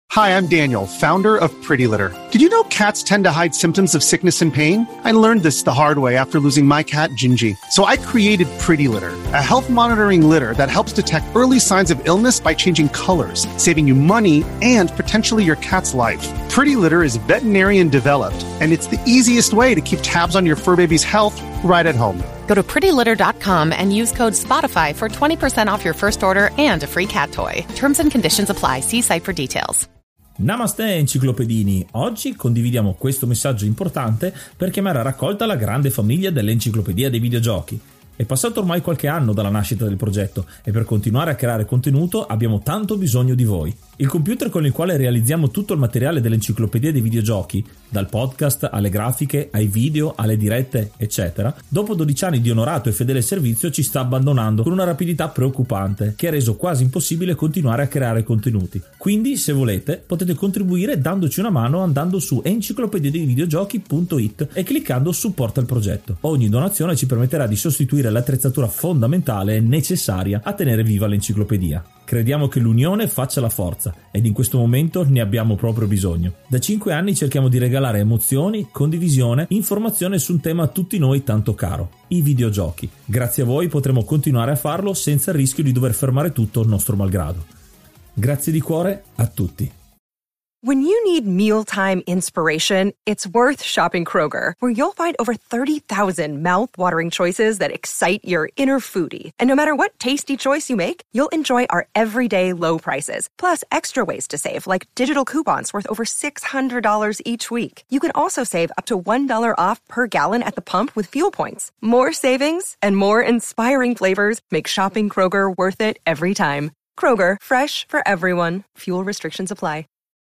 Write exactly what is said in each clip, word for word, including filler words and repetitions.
Hi, I'm Daniel, founder of Pretty Litter. Did you know cats tend to hide symptoms of sickness and pain? I learned this the hard way after losing my cat, Gingy. So I created Pretty Litter, a health monitoring litter that helps detect early signs of illness by changing colors, saving you money and potentially your cat's life. Pretty Litter is veterinarian developed, and it's the easiest way to keep tabs on your fur baby's health right at home. Go to pretty litter dot com and use code Spotify for twenty percent off your first order and a free cat toy. Terms and conditions apply. See site for details. Namaste enciclopedini, oggi condividiamo questo messaggio importante per chiamare a raccolta la grande famiglia dell'Enciclopedia dei Videogiochi. È passato ormai qualche anno dalla nascita del progetto e per continuare a creare contenuto abbiamo tanto bisogno di voi. Il computer con il quale realizziamo tutto il materiale dell'Enciclopedia dei Videogiochi, dal podcast alle grafiche, ai video, alle dirette, eccetera, dopo dodici anni di onorato e fedele servizio ci sta abbandonando con una rapidità preoccupante che ha reso quasi impossibile continuare a creare contenuti. Quindi, se volete, potete contribuire dandoci una mano andando su enciclopedia dei videogiochi punto it e cliccando supporta il progetto. Ogni donazione ci permetterà di sostituire l'attrezzatura fondamentale e necessaria a tenere viva l'enciclopedia. Crediamo che l'unione faccia la forza ed in questo momento ne abbiamo proprio bisogno. Da cinque anni cerchiamo di regalare emozioni, condivisione, informazione su un tema a tutti noi tanto caro, i videogiochi. Grazie a voi potremo continuare a farlo senza il rischio di dover fermare tutto nostro malgrado. Grazie di cuore a tutti. When you need mealtime inspiration, it's worth shopping Kroger, where you'll find over thirty thousand mouth-watering choices that excite your inner foodie. And no matter what tasty choice you make, you'll enjoy our everyday low prices, plus extra ways to save, like digital coupons worth over six hundred dollars each week. You can also save up to one dollar off per gallon at the pump with fuel points. More savings and more inspiring flavors make shopping Kroger worth it every time. Kroger, fresh for everyone. Fuel restrictions apply.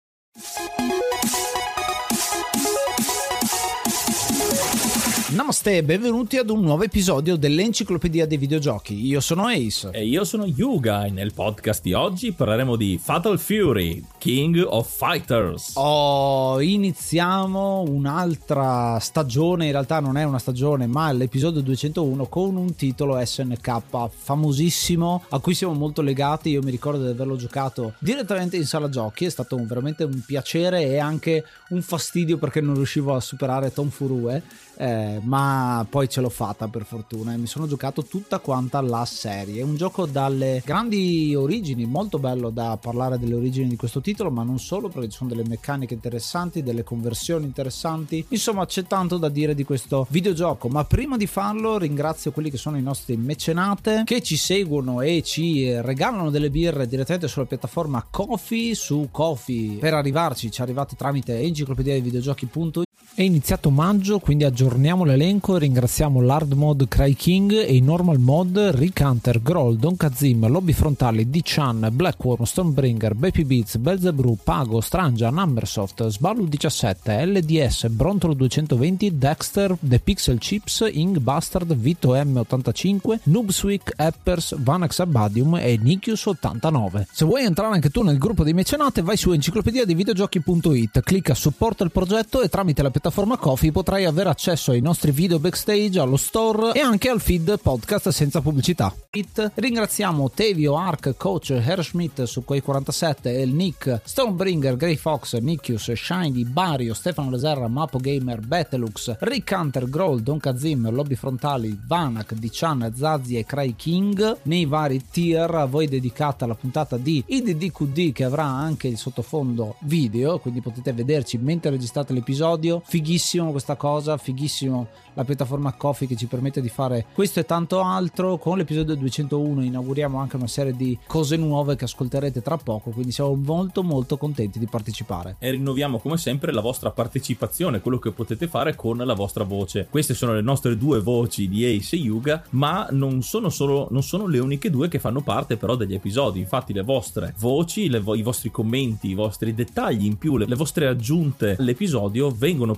Namaste e benvenuti ad un nuovo episodio dell'Enciclopedia dei Videogiochi. Io sono Ace. E io sono Yuga e nel podcast di oggi parleremo di Fatal Fury, King of Fighters. Oh, iniziamo un'altra stagione, in realtà non è una stagione ma l'episodio duecentouno con un titolo S N K famosissimo a cui siamo molto legati. Io mi ricordo di averlo giocato direttamente in sala giochi, è stato un, veramente un piacere e anche un fastidio perché non riuscivo a superare Tom Furue. Eh, ma poi ce l'ho fatta per fortuna e mi sono giocato tutta quanta la serie. È un gioco dalle grandi origini, molto bello da parlare delle origini di questo titolo, ma non solo, perché ci sono delle meccaniche interessanti, delle conversioni interessanti, insomma c'è tanto da dire di questo videogioco. Ma prima di farlo ringrazio quelli che sono i nostri mecenate che ci seguono e ci regalano delle birre direttamente sulla piattaforma Ko-fi. Su Ko-fi per arrivarci ci arrivate tramite enciclopedia dei videogiochi punto it. È iniziato maggio, quindi aggiorniamo l'elenco e ringraziamo l'hard mod Cry King e i normal mod Rick Hunter, Groll, Don Kazim, Lobby Frontali, D-Chan, Blackworm, Stonebringer, Baby Beats, Belzebrew, Pago, Strangia, Numbersoft, Sballu diciassette, L D S, Brontolo duecentoventi, Dexter, The Pixel Chips, Ing Bastard, Vito M ottantacinque, Noobswick, Eppers, Vanax Abadium e Nikius ottantanove. Se vuoi entrare anche tu nel gruppo dei mecenate, vai su enciclopedia dei videogiochi punto it, clicca supporta il progetto e tramite la piattaforma Ko-fi potrai avere accesso ai nostri video backstage, allo store e anche al feed podcast senza pubblicità. Ringraziamo Tevio, Ark, Coach, Herschmidt su quei quarantasette, El Nick, Stonebringer, Grey Fox, Nikius, Shiny, Bario, Stefano Leserra, Mapo Gamer, Betelux, Rick Hunter, Groll, Don Kazim, Lobby Frontali, Vanak, D-Chan, Zazie e Cry King nei vari tier. A voi dedicata la puntata di I D D Q D che avrà anche il sottofondo video, quindi potete vederci mentre registrate l'episodio. Fighissimo questa cosa, fighissimo la piattaforma Ko-fi che ci permette di fare questo e tanto altro. Con l'episodio duecentouno inauguriamo anche una serie di cose nuove che ascolterete tra poco, quindi siamo molto molto contenti di partecipare. E rinnoviamo come sempre la vostra partecipazione, quello che potete fare con la vostra voce. Queste sono le nostre due voci di Ace e Yuga, ma non sono solo non sono le uniche due che fanno parte però degli episodi. Infatti le vostre voci, le vo- i vostri commenti, i vostri dettagli in più, le, le vostre aggiunte all'episodio vengono poi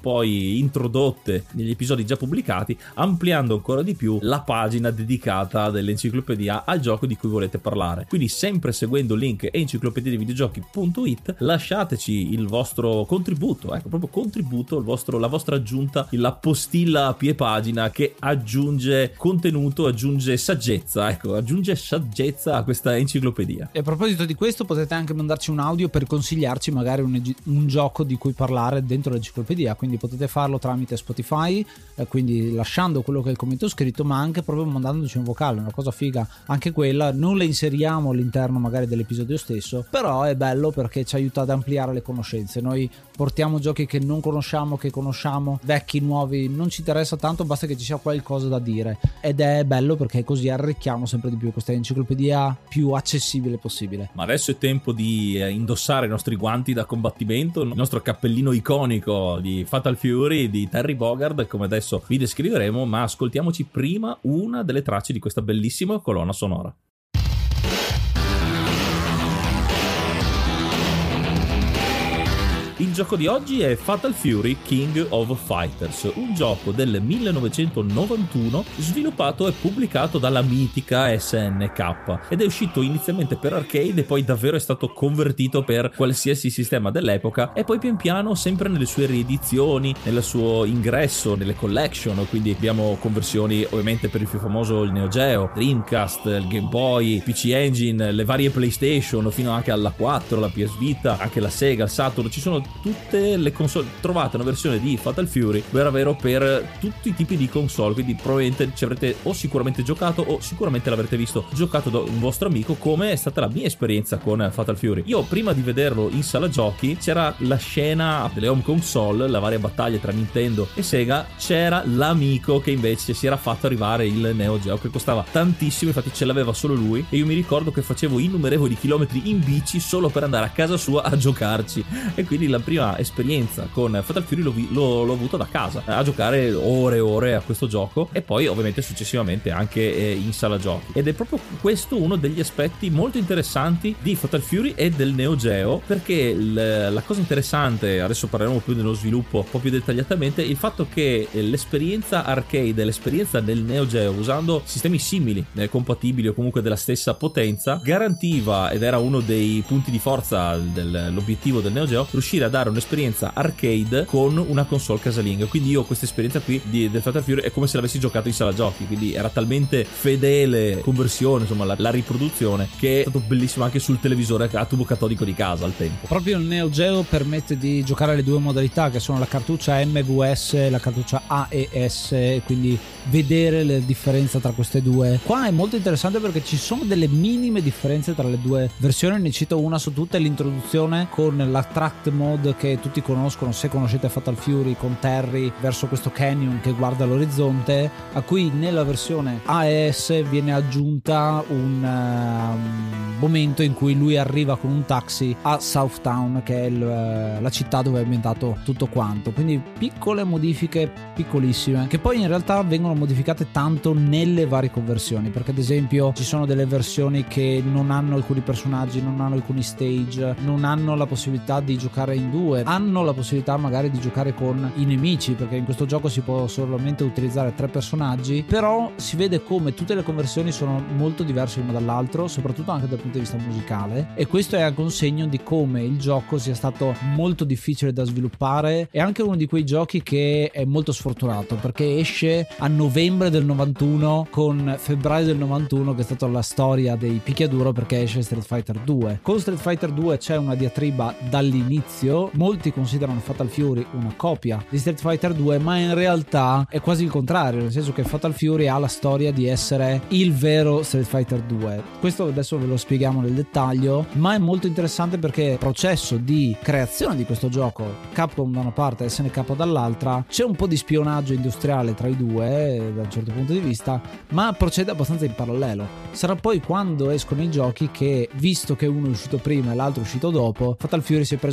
poi introdotte negli episodi già pubblicati, ampliando ancora di più la pagina dedicata dell'enciclopedia al gioco di cui volete parlare. Quindi sempre seguendo il link enciclopedia dei videogiochi punto it lasciateci il vostro contributo, ecco proprio contributo, il vostro, la vostra aggiunta, la postilla a pie pagina che aggiunge contenuto, aggiunge saggezza, ecco aggiunge saggezza a questa enciclopedia. E a proposito di questo potete anche mandarci un audio per consigliarci magari un, un gioco di cui parlare dentro l'enciclopedia, quindi potete farlo tramite Spotify, eh, quindi lasciando quello che è il commento scritto, ma anche proprio mandandoci un vocale, una cosa figa anche quella. Non le inseriamo all'interno magari dell'episodio stesso, però è bello perché ci aiuta ad ampliare le conoscenze. Noi portiamo giochi che non conosciamo, che conosciamo, vecchi, nuovi, non ci interessa tanto, basta che ci sia qualcosa da dire, ed è bello perché così arricchiamo sempre di più questa enciclopedia più accessibile possibile. Ma adesso è tempo di indossare i nostri guanti da combattimento, il nostro cappellino iconico di Fatal Fury di Terry Bogard, come adesso vi descriveremo, ma ascoltiamoci prima una delle tracce di questa bellissima colonna sonora. Il gioco di oggi è Fatal Fury King of Fighters, un gioco del millenovecentonovantuno sviluppato e pubblicato dalla mitica S N K ed è uscito inizialmente per arcade e poi davvero è stato convertito per qualsiasi sistema dell'epoca e poi pian piano sempre nelle sue riedizioni, nel suo ingresso nelle collection, quindi abbiamo conversioni ovviamente per il più famoso il Neo Geo, Dreamcast, il Game Boy, P C Engine, le varie PlayStation fino anche alla quattro, la P S Vita, anche la Sega, il Saturn, ci sono tutte le console. Trovate una versione di Fatal Fury davvero per tutti i tipi di console, quindi probabilmente ci avrete o sicuramente giocato o sicuramente l'avrete visto giocato da un vostro amico, come è stata la mia esperienza con Fatal Fury. Io prima di vederlo in sala giochi c'era la scena delle home console, la varia battaglia tra Nintendo e Sega, c'era l'amico che invece si era fatto arrivare il Neo Geo che costava tantissimo, infatti ce l'aveva solo lui e io mi ricordo che facevo innumerevoli chilometri in bici solo per andare a casa sua a giocarci, e quindi la prima esperienza con Fatal Fury l'ho, l'ho, l'ho avuto da casa a giocare ore e ore a questo gioco e poi ovviamente successivamente anche eh, in sala giochi, ed è proprio questo uno degli aspetti molto interessanti di Fatal Fury e del Neo Geo, perché l- la cosa interessante, adesso parleremo più dello sviluppo un po' più dettagliatamente, il fatto che l'esperienza arcade e l'esperienza del Neo Geo usando sistemi simili, eh, compatibili o comunque della stessa potenza, garantiva, ed era uno dei punti di forza dell'obiettivo del Neo Geo, riuscire a dare un'esperienza arcade con una console casalinga. Quindi io questa esperienza qui di del Fatal Fury è come se l'avessi giocato in sala giochi, quindi era talmente fedele conversione, insomma la, la riproduzione, che è stato bellissimo anche sul televisore a tubo catodico di casa al tempo. Proprio il Neo Geo permette di giocare le due modalità, che sono la cartuccia M V S e la cartuccia A E S, quindi vedere le differenze tra queste due. Qua è molto interessante perché ci sono delle minime differenze tra le due versioni. Ne cito una su tutte: l'introduzione con la tracked mode che tutti conoscono se conoscete Fatal Fury, con Terry verso questo canyon che guarda l'orizzonte, a cui nella versione A E S viene aggiunta un uh, momento in cui lui arriva con un taxi a Southtown, che è il, uh, la città dove è ambientato tutto quanto. Quindi piccole modifiche, piccolissime, che poi in realtà vengono modificate tanto nelle varie conversioni, perché ad esempio ci sono delle versioni che non hanno alcuni personaggi, non hanno alcuni stage, non hanno la possibilità di giocare in due, hanno la possibilità magari di giocare con i nemici, perché in questo gioco si può solamente utilizzare tre personaggi, però si vede come tutte le conversioni sono molto diverse l'una dall'altro, soprattutto anche dal punto di vista musicale, e questo è anche un segno di come il gioco sia stato molto difficile da sviluppare. È anche uno di quei giochi che è molto sfortunato, perché esce a novembre del novantuno con febbraio del novantuno, che è stata la storia dei picchiaduro, perché esce Street Fighter due. Con Street Fighter due c'è una diatriba dall'inizio, molti considerano Fatal Fury una copia di Street Fighter due, ma in realtà è quasi il contrario, nel senso che Fatal Fury ha la storia di essere il vero Street Fighter due. Questo adesso ve lo spieghiamo nel dettaglio, ma è molto interessante perché il processo di creazione di questo gioco, Capcom da una parte e S N K dall'altra, c'è un po' di spionaggio industriale tra i due da un certo punto di vista, ma procede abbastanza in parallelo. Sarà poi quando escono i giochi che, visto che uno è uscito prima e l'altro è uscito dopo, Fatal Fury si è preso un po' alla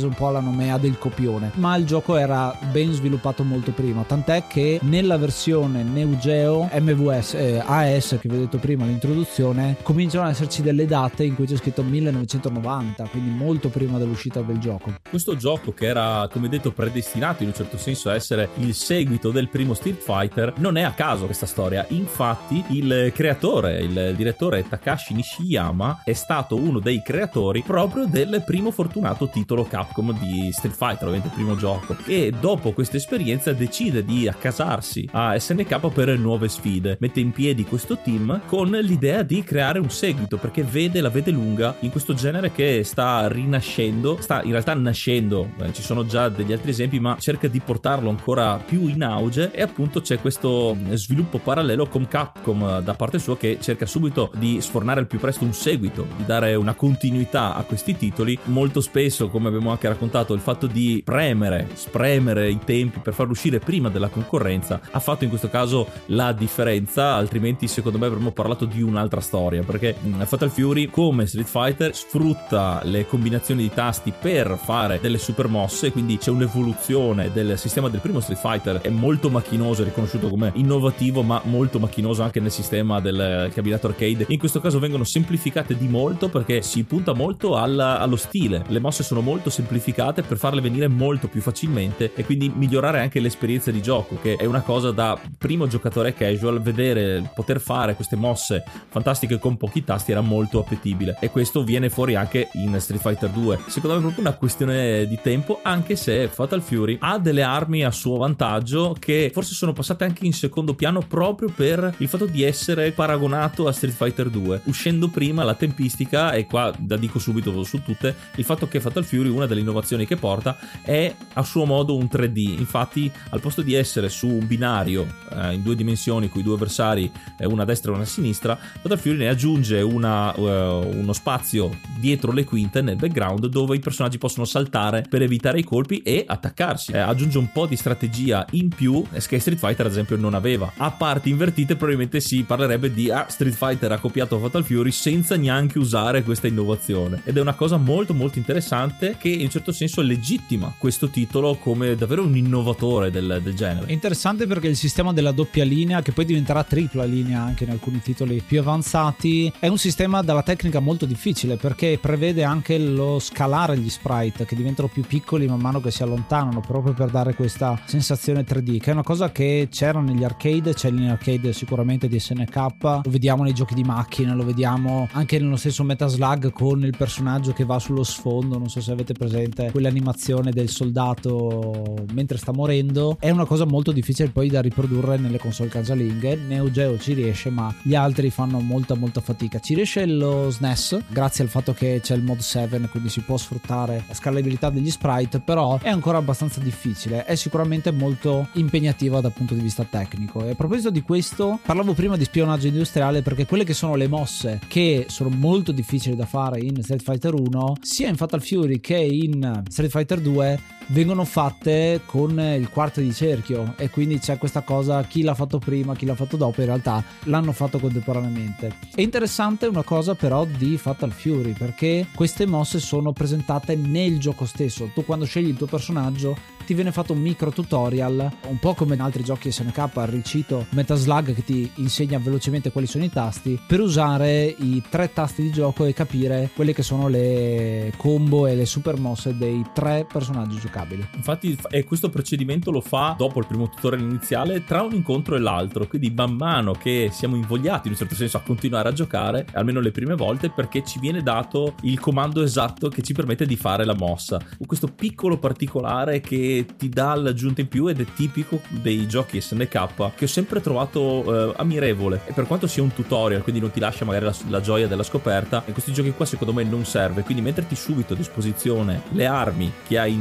nomea del copione, ma il gioco era ben sviluppato molto prima, tant'è che nella versione Neo Geo M V S eh, A S che vi ho detto prima all'introduzione cominciano ad esserci delle date in cui c'è scritto millenovecentonovanta, quindi molto prima dell'uscita del gioco. Questo gioco, che era come detto predestinato in un certo senso a essere il seguito del primo Street Fighter, non è a caso questa storia. Infatti il creatore, il direttore Takashi Nishiyama, è stato uno dei creatori proprio del primo fortunato titolo Capcom di Street Fighter, ovviamente il primo gioco, e dopo questa esperienza decide di accasarsi a S N K per nuove sfide. Mette in piedi questo team con l'idea di creare un seguito, perché vede la vede lunga in questo genere che sta rinascendo, sta in realtà nascendo, eh, ci sono già degli altri esempi, ma cerca di portarlo ancora più in auge, e appunto c'è questo sviluppo parallelo con Capcom da parte sua che cerca subito di sfornare al più presto un seguito, di dare una continuità a questi titoli. Molto spesso, come abbiamo anche raccontato, il fatto di premere, spremere i tempi per farlo uscire prima della concorrenza ha fatto in questo caso la differenza, altrimenti secondo me avremmo parlato di un'altra storia, perché Fatal Fury, come Street Fighter, sfrutta le combinazioni di tasti per fare delle super mosse, quindi c'è un'evoluzione del sistema del primo Street Fighter, è molto macchinoso, è riconosciuto come innovativo, ma molto macchinoso anche nel sistema del cabinato arcade. In questo caso vengono semplificate di molto, perché si punta molto alla, allo stile, le mosse sono molto semplificate per farle venire molto più facilmente e quindi migliorare anche l'esperienza di gioco, che è una cosa da primo giocatore casual. Vedere, poter fare queste mosse fantastiche con pochi tasti era molto appetibile, e questo viene fuori anche in Street Fighter due. Secondo me è proprio una questione di tempo, anche se Fatal Fury ha delle armi a suo vantaggio che forse sono passate anche in secondo piano proprio per il fatto di essere paragonato a Street Fighter due, uscendo prima la tempistica. E qua la dico subito su tutte, il fatto che Fatal Fury, una delle innovazioni che porta, è a suo modo un tre D. Infatti al posto di essere su un binario eh, in due dimensioni con i due avversari, eh, una a destra e una a sinistra, Fatal Fury ne aggiunge una, uh, uno spazio dietro le quinte nel background dove i personaggi possono saltare per evitare i colpi e attaccarsi. Eh, aggiunge un po' di strategia in più che Street Fighter ad esempio non aveva. A parti invertite probabilmente si parlerebbe di ah, Street Fighter ha copiato Fatal Fury senza neanche usare questa innovazione, ed è una cosa molto molto interessante che in un certo senso legittima questo titolo come davvero un innovatore del, del genere. È interessante perché il sistema della doppia linea, che poi diventerà tripla linea anche in alcuni titoli più avanzati, è un sistema dalla tecnica molto difficile, perché prevede anche lo scalare gli sprite che diventano più piccoli man mano che si allontanano, proprio per dare questa sensazione tre D, che è una cosa che c'era negli arcade, c'è negli arcade sicuramente di S N K, lo vediamo nei giochi di macchina, lo vediamo anche nello stesso Metal Slug con il personaggio che va sullo sfondo, non so se avete presente quell'animazione del soldato mentre sta morendo. È una cosa molto difficile poi da riprodurre nelle console casalinghe. Neo Geo ci riesce, ma gli altri fanno molta molta fatica. Ci riesce lo S N E S grazie al fatto che c'è il mod sette, quindi si può sfruttare la scalabilità degli sprite, però è ancora abbastanza difficile, è sicuramente molto impegnativa dal punto di vista tecnico. E a proposito di questo, parlavo prima di spionaggio industriale, perché quelle che sono le mosse che sono molto difficili da fare in Street Fighter uno, sia in Fatal Fury che in Street Fighter due, vengono fatte con il quarto di cerchio, e quindi c'è questa cosa, chi l'ha fatto prima, chi l'ha fatto dopo, in realtà l'hanno fatto contemporaneamente. È interessante una cosa però di Fatal Fury, perché queste mosse sono presentate nel gioco stesso. Tu quando scegli il tuo personaggio ti viene fatto un micro tutorial, un po' come in altri giochi S N K, ricito Metal Slug, che ti insegna velocemente quali sono i tasti per usare i tre tasti di gioco e capire quelle che sono le combo e le super mosse dei tre personaggi giocabili. Infatti e questo procedimento lo fa dopo il primo tutorial iniziale, tra un incontro e l'altro, quindi man mano che siamo invogliati in un certo senso a continuare a giocare, almeno le prime volte, perché ci viene dato il comando esatto che ci permette di fare la mossa, questo piccolo particolare che ti dà l'aggiunta in più, ed è tipico dei giochi S N K che ho sempre trovato eh, ammirevole. E per quanto sia un tutorial, quindi non ti lascia magari la, la gioia della scoperta, in questi giochi qua secondo me non serve, quindi metterti subito a disposizione le armi che hai in gioco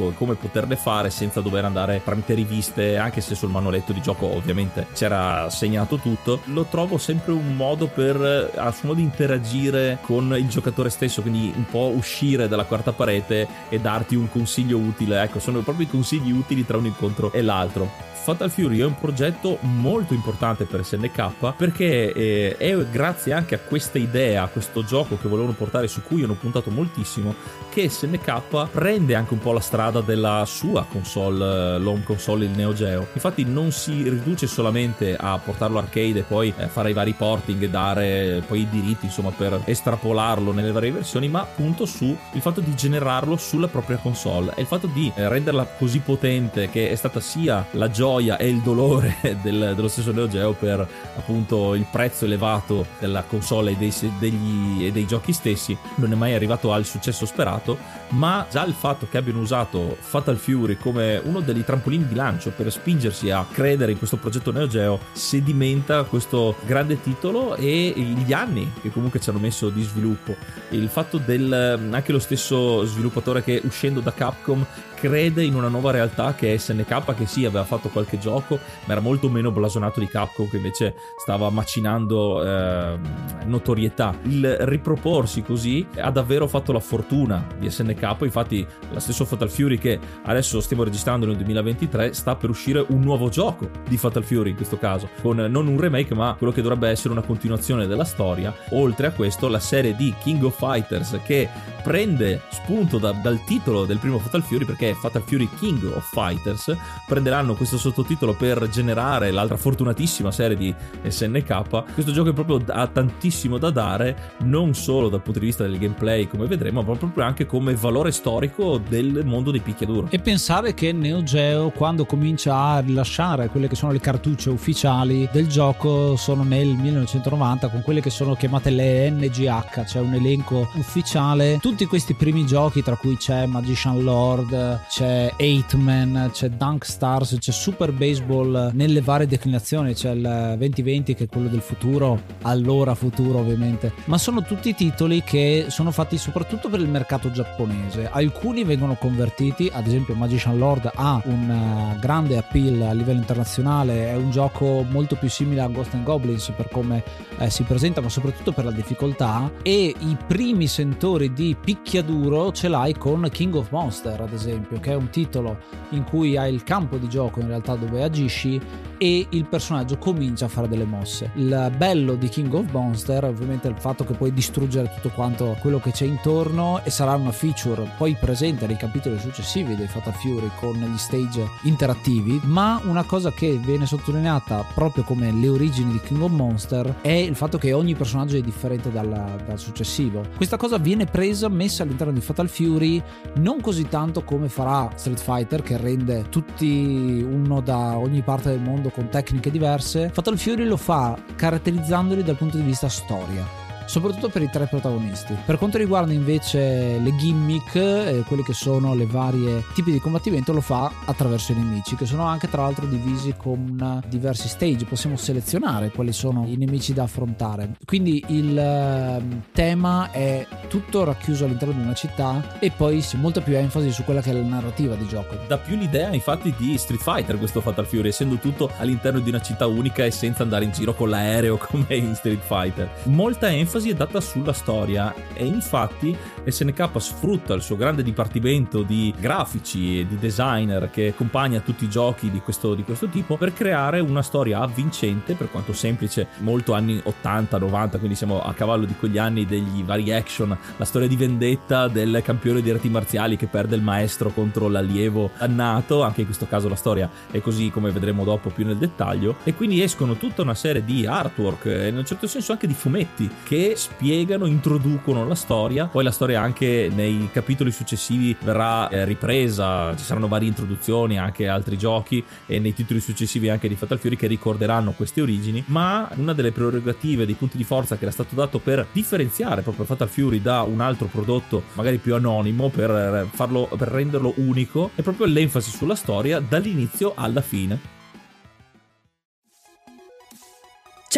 gioco e come poterle fare senza dover andare tramite riviste, anche se sul manualetto di gioco ovviamente c'era segnato tutto. Lo trovo sempre un modo per a suo modo interagire con il giocatore stesso, quindi un po' uscire dalla quarta parete e darti un consiglio utile. Ecco, sono proprio i consigli utili tra un incontro e l'altro. Fatal Fury è un progetto molto importante per S N K perché eh, è grazie anche a questa idea, a questo gioco che volevano portare, su cui hanno puntato moltissimo, che S N K prende anche un po' la strada della sua console, l'home console, il Neo Geo. Infatti non si riduce solamente a portarlo arcade e poi eh, fare i vari porting e dare poi i diritti, insomma, per estrapolarlo nelle varie versioni, ma appunto su il fatto di generarlo sulla propria console e il fatto di eh, renderla così potente, che è stata sia la gioia e il dolore del, dello stesso Neo Geo per appunto il prezzo elevato della console e dei, degli, e dei giochi stessi. Non è mai arrivato al successo sperato, ma già il fatto che abbiano usato Fatal Fury come uno degli trampolini di lancio per spingersi a credere in questo progetto Neo Geo sedimenta questo grande titolo e gli anni che comunque ci hanno messo di sviluppo. Il fatto del anche lo stesso sviluppatore che, uscendo da Capcom, crede in una nuova realtà che è S N K, che sì, aveva fatto qualche gioco ma era molto meno blasonato di Capcom, che invece stava macinando eh, notorietà. Il riproporsi così ha davvero fatto la fortuna di S N K. Infatti la stesso Fatal Fury, che adesso stiamo registrando nel duemilaventitré, sta per uscire un nuovo gioco di Fatal Fury, in questo caso con non un remake ma quello che dovrebbe essere una continuazione della storia. Oltre a questo, la serie di King of Fighters, che prende spunto da, dal titolo del primo Fatal Fury, perché Fatal Fury King of Fighters, prenderanno questo sottotitolo per generare l'altra fortunatissima serie di S N K. Questo gioco è proprio ha tantissimo da dare, non solo dal punto di vista del gameplay, come vedremo, ma proprio anche come valore storico del mondo dei picchiaduro. E pensare che Neo Geo, quando comincia a rilasciare quelle che sono le cartucce ufficiali del gioco, sono nel millenovecentonovanta, con quelle che sono chiamate le N G H, cioè un elenco ufficiale. Tutti questi primi giochi, tra cui c'è Magician Lord, c'è eight man, c'è Dunk Stars, c'è Super Baseball nelle varie declinazioni, c'è il venti venti che è quello del futuro, allora futuro ovviamente, ma sono tutti titoli che sono fatti soprattutto per il mercato giapponese. Alcuni vengono convertiti, ad esempio Magician Lord ha un grande appeal a livello internazionale, è un gioco molto più simile a Ghost and Goblins per come eh, si presenta, ma soprattutto per la difficoltà, e i primi sentori di picchiaduro ce l'hai con King of Monster, ad esempio, che è un titolo in cui hai il campo di gioco in realtà dove agisci e il personaggio comincia a fare delle mosse. Il bello di King of Monster è ovviamente il fatto che puoi distruggere tutto quanto quello che c'è intorno, e sarà una feature poi presente nei capitoli successivi dei Fatal Fury con gli stage interattivi. Ma una cosa che viene sottolineata proprio come le origini di King of Monster è il fatto che ogni personaggio è differente dal, dal successivo. Questa cosa viene presa, messa all'interno di Fatal Fury, non così tanto come farà Street Fighter, che rende tutti uno da ogni parte del mondo con tecniche diverse. Fatal Fury lo fa caratterizzandoli dal punto di vista storia, soprattutto per i tre protagonisti. Per quanto riguarda invece le gimmick, eh, quelli che sono le varie tipi di combattimento, lo fa attraverso i nemici, che sono anche tra l'altro divisi con diversi stage. Possiamo selezionare quali sono i nemici da affrontare, quindi il eh, tema è tutto racchiuso all'interno di una città, e poi c'è molta più enfasi su quella che è la narrativa di gioco. Dà più l'idea infatti di Street Fighter questo Fatal Fury, essendo tutto all'interno di una città unica e senza andare in giro con l'aereo come in Street Fighter. Molta enfasi è data sulla storia, e infatti S N K sfrutta il suo grande dipartimento di grafici e di designer che accompagna tutti i giochi di questo, di questo tipo, per creare una storia avvincente, per quanto semplice, molto anni ottanta novanta, quindi siamo a cavallo di quegli anni degli vari action, la storia di vendetta del campione di arti marziali che perde il maestro contro l'allievo dannato. Anche in questo caso la storia è così, come vedremo dopo più nel dettaglio, e quindi escono tutta una serie di artwork e in un certo senso anche di fumetti che spiegano, introducono la storia. Poi la storia anche nei capitoli successivi verrà eh, ripresa, ci saranno varie introduzioni, anche altri giochi, e nei titoli successivi anche di Fatal Fury che ricorderanno queste origini. Ma una delle prerogative, dei punti di forza che era stato dato per differenziare proprio Fatal Fury da un altro prodotto magari più anonimo, per farlo, per renderlo unico, è proprio l'enfasi sulla storia dall'inizio alla fine.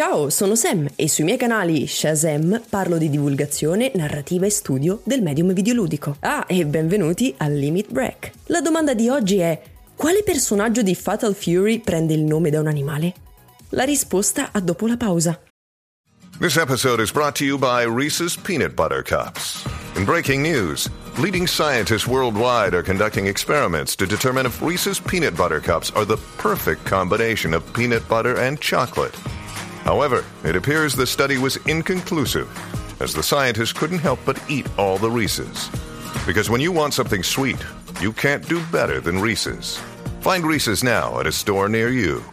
Ciao, sono Sam e sui miei canali Shazam parlo di divulgazione, narrativa e studio del medium videoludico. Ah, e benvenuti al Limit Break. La domanda di oggi è: quale personaggio di Fatal Fury prende il nome da un animale? La risposta a dopo la pausa. This episode is brought to you by Reese's Peanut Butter Cups. In breaking news, leading scientists worldwide are conducting experiments to determine if Reese's Peanut Butter Cups are the perfect combination of peanut butter and chocolate. However, it appears the study was inconclusive, as the scientists couldn't help but eat all the Reese's. Because when you want something sweet, you can't do better than Reese's. Find Reese's now at a store near you.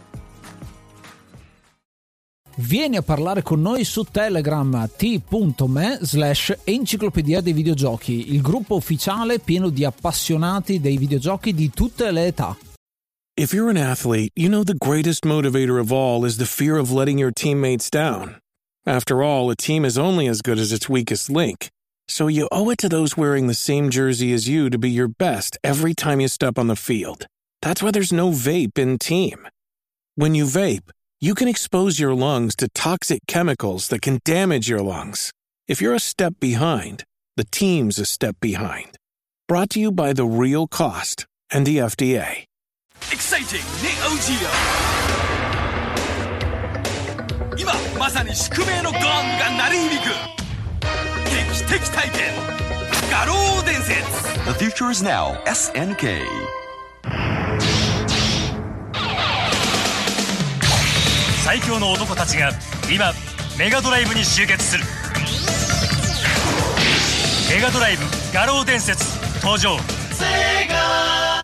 Vieni a parlare con noi su Telegram, t.me slash enciclopedia dei videogiochi, il gruppo ufficiale pieno di appassionati dei videogiochi di tutte le età. If you're an athlete, you know the greatest motivator of all is the fear of letting your teammates down. After all, a team is only as good as its weakest link. So you owe it to those wearing the same jersey as you to be your best every time you step on the field. That's why there's no vape in team. When you vape, you can expose your lungs to toxic chemicals that can damage your lungs. If you're a step behind, the team's a step behind. Brought to you by The Real Cost and the F D A. Exciting Neo Geo! 今まさに宿命のゴンが鳴り響く劇的体験画廊伝説 The future is now エスエヌケー 最強の男たちが今メガドライブに集結するメガドライブ画廊伝説登場セガ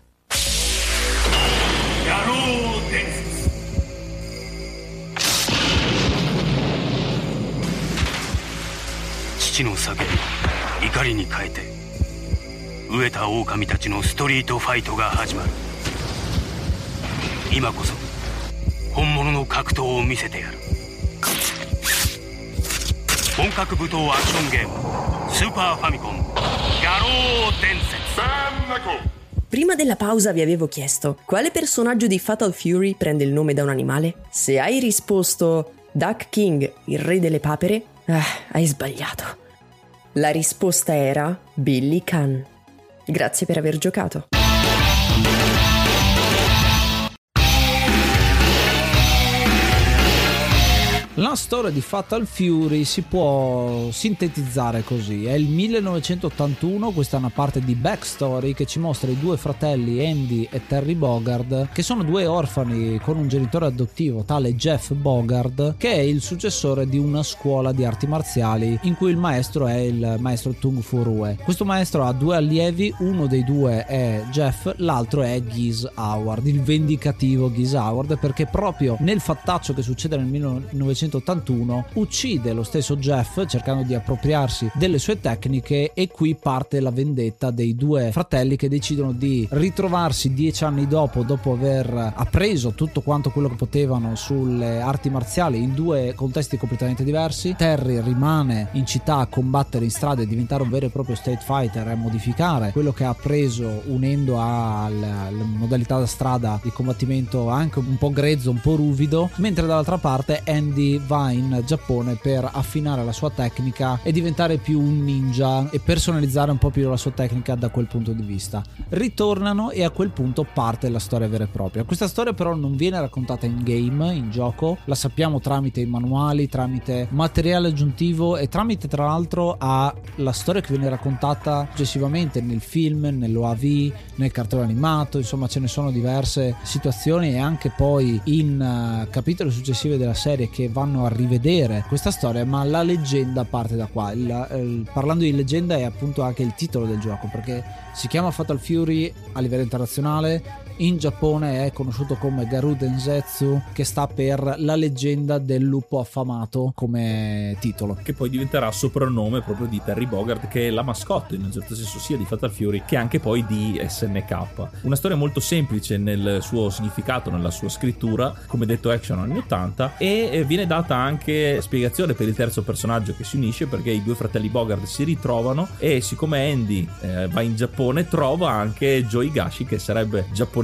画廊伝説父の叫び怒りに変えて飢えた狼たちのストリートファイトが始まる今こそ本物の格闘を見せてやる本格武闘アクションゲームスーパーファミコン画廊伝説 Prima della pausa vi avevo chiesto quale personaggio di Fatal Fury prende il nome da un animale? Se hai risposto Duck King, il re delle papere, ah, hai sbagliato. La risposta era Billy Khan. Grazie per aver giocato. La storia di Fatal Fury si può sintetizzare così: è il millenovecentottantuno, questa è una parte di backstory che ci mostra i due fratelli Andy e Terry Bogard, che sono due orfani con un genitore adottivo tale Jeff Bogard, che è il successore di una scuola di arti marziali in cui il maestro è il maestro Tung Fu Rue. Questo maestro ha due allievi, uno dei due è Jeff, l'altro è Geese Howard, il vendicativo Geese Howard, perché proprio nel fattaccio che succede nel millenovecentottantuno uccide lo stesso Jeff cercando di appropriarsi delle sue tecniche, e qui parte la vendetta dei due fratelli che decidono di ritrovarsi dieci anni dopo, dopo aver appreso tutto quanto quello che potevano sulle arti marziali in due contesti completamente diversi. Terry rimane in città a combattere in strada e diventare un vero e proprio street fighter e a modificare quello che ha appreso unendo alle modalità da strada di combattimento anche un po' grezzo, un po' ruvido, mentre dall'altra parte Andy va in Giappone per affinare la sua tecnica e diventare più un ninja e personalizzare un po' più la sua tecnica da quel punto di vista. Ritornano e a quel punto parte la storia vera e propria. Questa storia però non viene raccontata in game, in gioco, la sappiamo tramite i manuali, tramite materiale aggiuntivo e tramite tra l'altro a la storia che viene raccontata successivamente nel film, nell'O A V, nel cartone animato, insomma ce ne sono diverse situazioni, e anche poi in uh, capitoli successivi della serie che vanno a rivedere questa storia. Ma la leggenda parte da qua. il, il, parlando di leggenda è appunto anche il titolo del gioco, perché si chiama Fatal Fury a livello internazionale. In Giappone è conosciuto come Garou Densetsu, che sta per la leggenda del lupo affamato come titolo, che poi diventerà soprannome proprio di Terry Bogard, che è la mascotte in un certo senso sia di Fatal Fury che anche poi di S N K. Una storia molto semplice nel suo significato, nella sua scrittura, come detto action anni ottanta, e viene data anche spiegazione per il terzo personaggio che si unisce, perché i due fratelli Bogard si ritrovano e siccome Andy eh, va in Giappone trova anche Joe Higashi, che sarebbe giapponese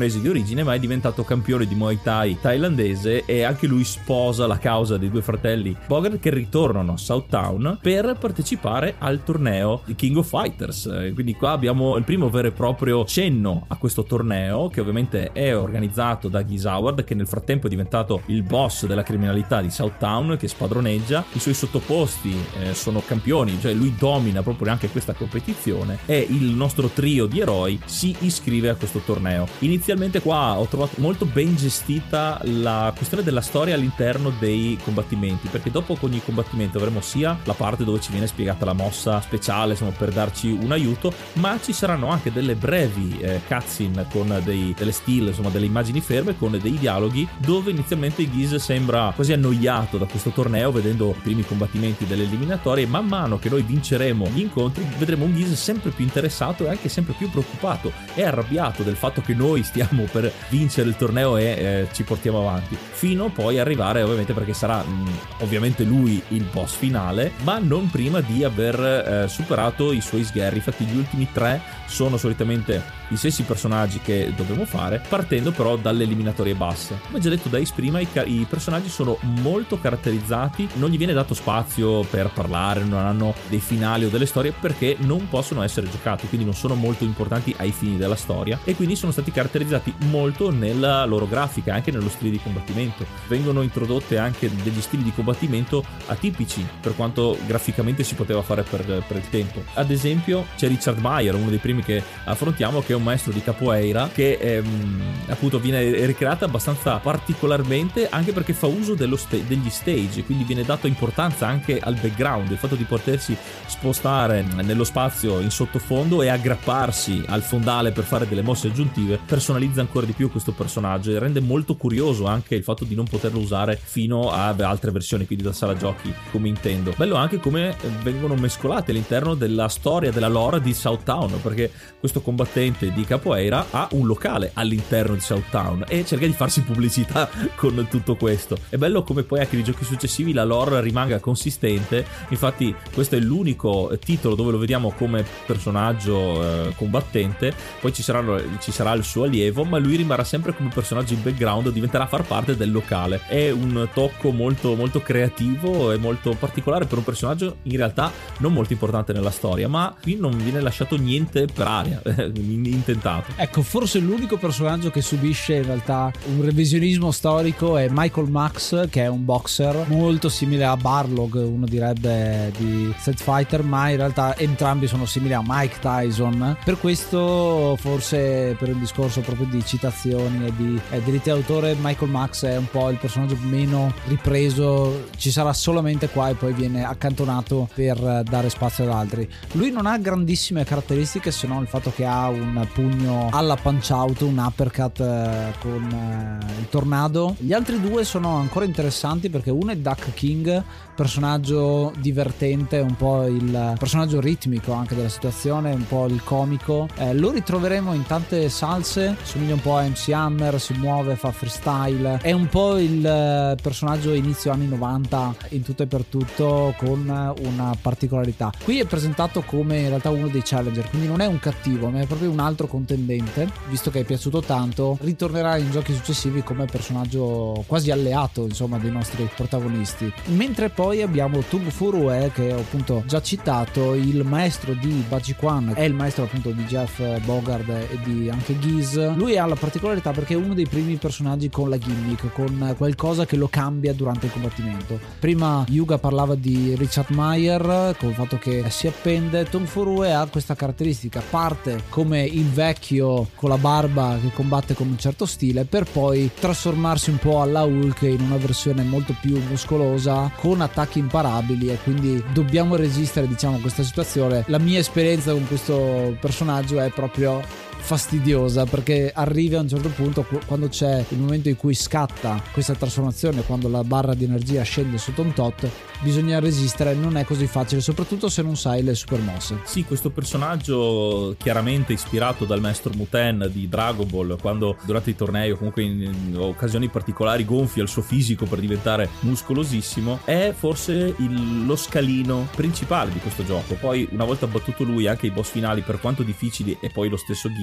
giapponese di origine, ma è diventato campione di Muay Thai thailandese e anche lui sposa la causa dei due fratelli Bogard, che ritornano a Southtown per partecipare al torneo di King of Fighters. Quindi qua abbiamo il primo vero e proprio cenno a questo torneo, che ovviamente è organizzato da Geese Howard, che nel frattempo è diventato il boss della criminalità di Southtown, che spadroneggia. I suoi sottoposti eh, sono campioni, cioè lui domina proprio anche questa competizione, e il nostro trio di eroi si iscrive a questo torneo. Inizialmente qua ho trovato molto ben gestita la questione della storia all'interno dei combattimenti, perché dopo ogni combattimento avremo sia la parte dove ci viene spiegata la mossa speciale, insomma, per darci un aiuto, ma ci saranno anche delle brevi eh, cutscene con dei, delle still, insomma delle immagini ferme con dei dialoghi, dove inizialmente Geese sembra quasi annoiato da questo torneo vedendo i primi combattimenti delle eliminatorie, e man mano che noi vinceremo gli incontri vedremo un Geese sempre più interessato e anche sempre più preoccupato e arrabbiato del fatto che noi stiamo per vincere il torneo e eh, ci portiamo avanti, fino poi arrivare, ovviamente, perché sarà mh, ovviamente lui il boss finale, ma non prima di aver eh, superato i suoi sgherri. Infatti gli ultimi tre sono solitamente i stessi personaggi che dovremo fare, partendo però dalle eliminatorie basse. Come già detto da Ace prima, i, ca- i personaggi sono molto caratterizzati, non gli viene dato spazio per parlare, non hanno dei finali o delle storie perché non possono essere giocati, quindi non sono molto importanti ai fini della storia, e quindi sono stati caratterizzati molto nella loro grafica, anche nello stile di combattimento. Vengono introdotte anche degli stili di combattimento atipici per quanto graficamente si poteva fare per, per il tempo. Ad esempio c'è Richard Meyer, uno dei primi che affrontiamo, che è un maestro di capoeira che ehm, appunto viene ricreata abbastanza particolarmente, anche perché fa uso dello sta- degli stage, quindi viene data importanza anche al background, il fatto di potersi spostare nello spazio in sottofondo e aggrapparsi al fondale per fare delle mosse aggiuntive personalizza ancora di più questo personaggio e rende molto curioso anche il fatto di non poterlo usare fino ad altre versioni, quindi da sala giochi come intendo. Bello anche come vengono mescolate all'interno della storia, della lore di Southtown, perché questo combattente di capoeira ha un locale all'interno di Southtown e cerca di farsi pubblicità con tutto questo. È bello come poi anche nei giochi successivi la lore rimanga consistente. Infatti questo è l'unico titolo dove lo vediamo come personaggio eh, combattente, poi ci, saranno, ci sarà il suo allievo, ma lui rimarrà sempre come personaggio in background, diventerà a far parte del locale. È un tocco molto molto creativo e molto particolare per un personaggio in realtà non molto importante nella storia, ma qui non viene lasciato niente per aria intentato. Ecco, forse l'unico personaggio che subisce in realtà un revisionismo storico è Michael Max, che è un boxer molto simile a Barlog, uno direbbe di Street Fighter, ma in realtà entrambi sono simili a Mike Tyson. Per questo, forse per il discorso proprio di citazioni e di eh, diritti d'autore, Michael Max è un po' il personaggio meno ripreso, ci sarà solamente qua e poi viene accantonato per dare spazio ad altri. Lui non ha grandissime caratteristiche se non il fatto che ha un pugno alla punch out, un uppercut eh, con eh, il tornado. Gli altri due sono ancora interessanti perché uno è Duck King, personaggio divertente, un po' il personaggio ritmico anche della situazione, un po' il comico. Eh, lo ritroveremo in tante salse, somiglia un po' a M C Hammer, si muove, fa freestyle, è un po' il eh, personaggio inizio anni novanta in tutto e per tutto, con una particolarità. Qui è presentato come in realtà uno dei challenger, quindi non è un cattivo, ma è proprio un altro contendente. Visto che è piaciuto tanto, ritornerà in giochi successivi come personaggio quasi alleato, insomma, dei nostri protagonisti. Mentre poi abbiamo Tung Fu Rue, che ho appunto già citato, il maestro di Baji Quan, è il maestro appunto di Jeff Bogard e di anche Geese. Lui ha la particolarità perché è uno dei primi personaggi con la gimmick, con qualcosa che lo cambia durante il combattimento. Prima Yuga parlava di Richard Meyer con il fatto che si appende. Tung Fu Rue ha questa caratteristica, parte come il vecchio con la barba che combatte con un certo stile, per poi trasformarsi un po' alla Hulk in una versione molto più muscolosa con attacchi imparabili, e quindi dobbiamo resistere, diciamo, a questa situazione. La mia esperienza con questo personaggio è proprio fastidiosa, perché arriva a un certo punto, quando c'è il momento in cui scatta questa trasformazione, quando la barra di energia scende sotto un tot, bisogna resistere, non è così facile, soprattutto se non sai le super mosse. Sì, questo personaggio chiaramente ispirato dal maestro Muten di Dragon Ball, quando durante i tornei o comunque in, in occasioni particolari gonfia il suo fisico per diventare muscolosissimo, è forse il, lo scalino principale di questo gioco. Poi una volta battuto lui, anche i boss finali, per quanto difficili, e poi lo stesso Geese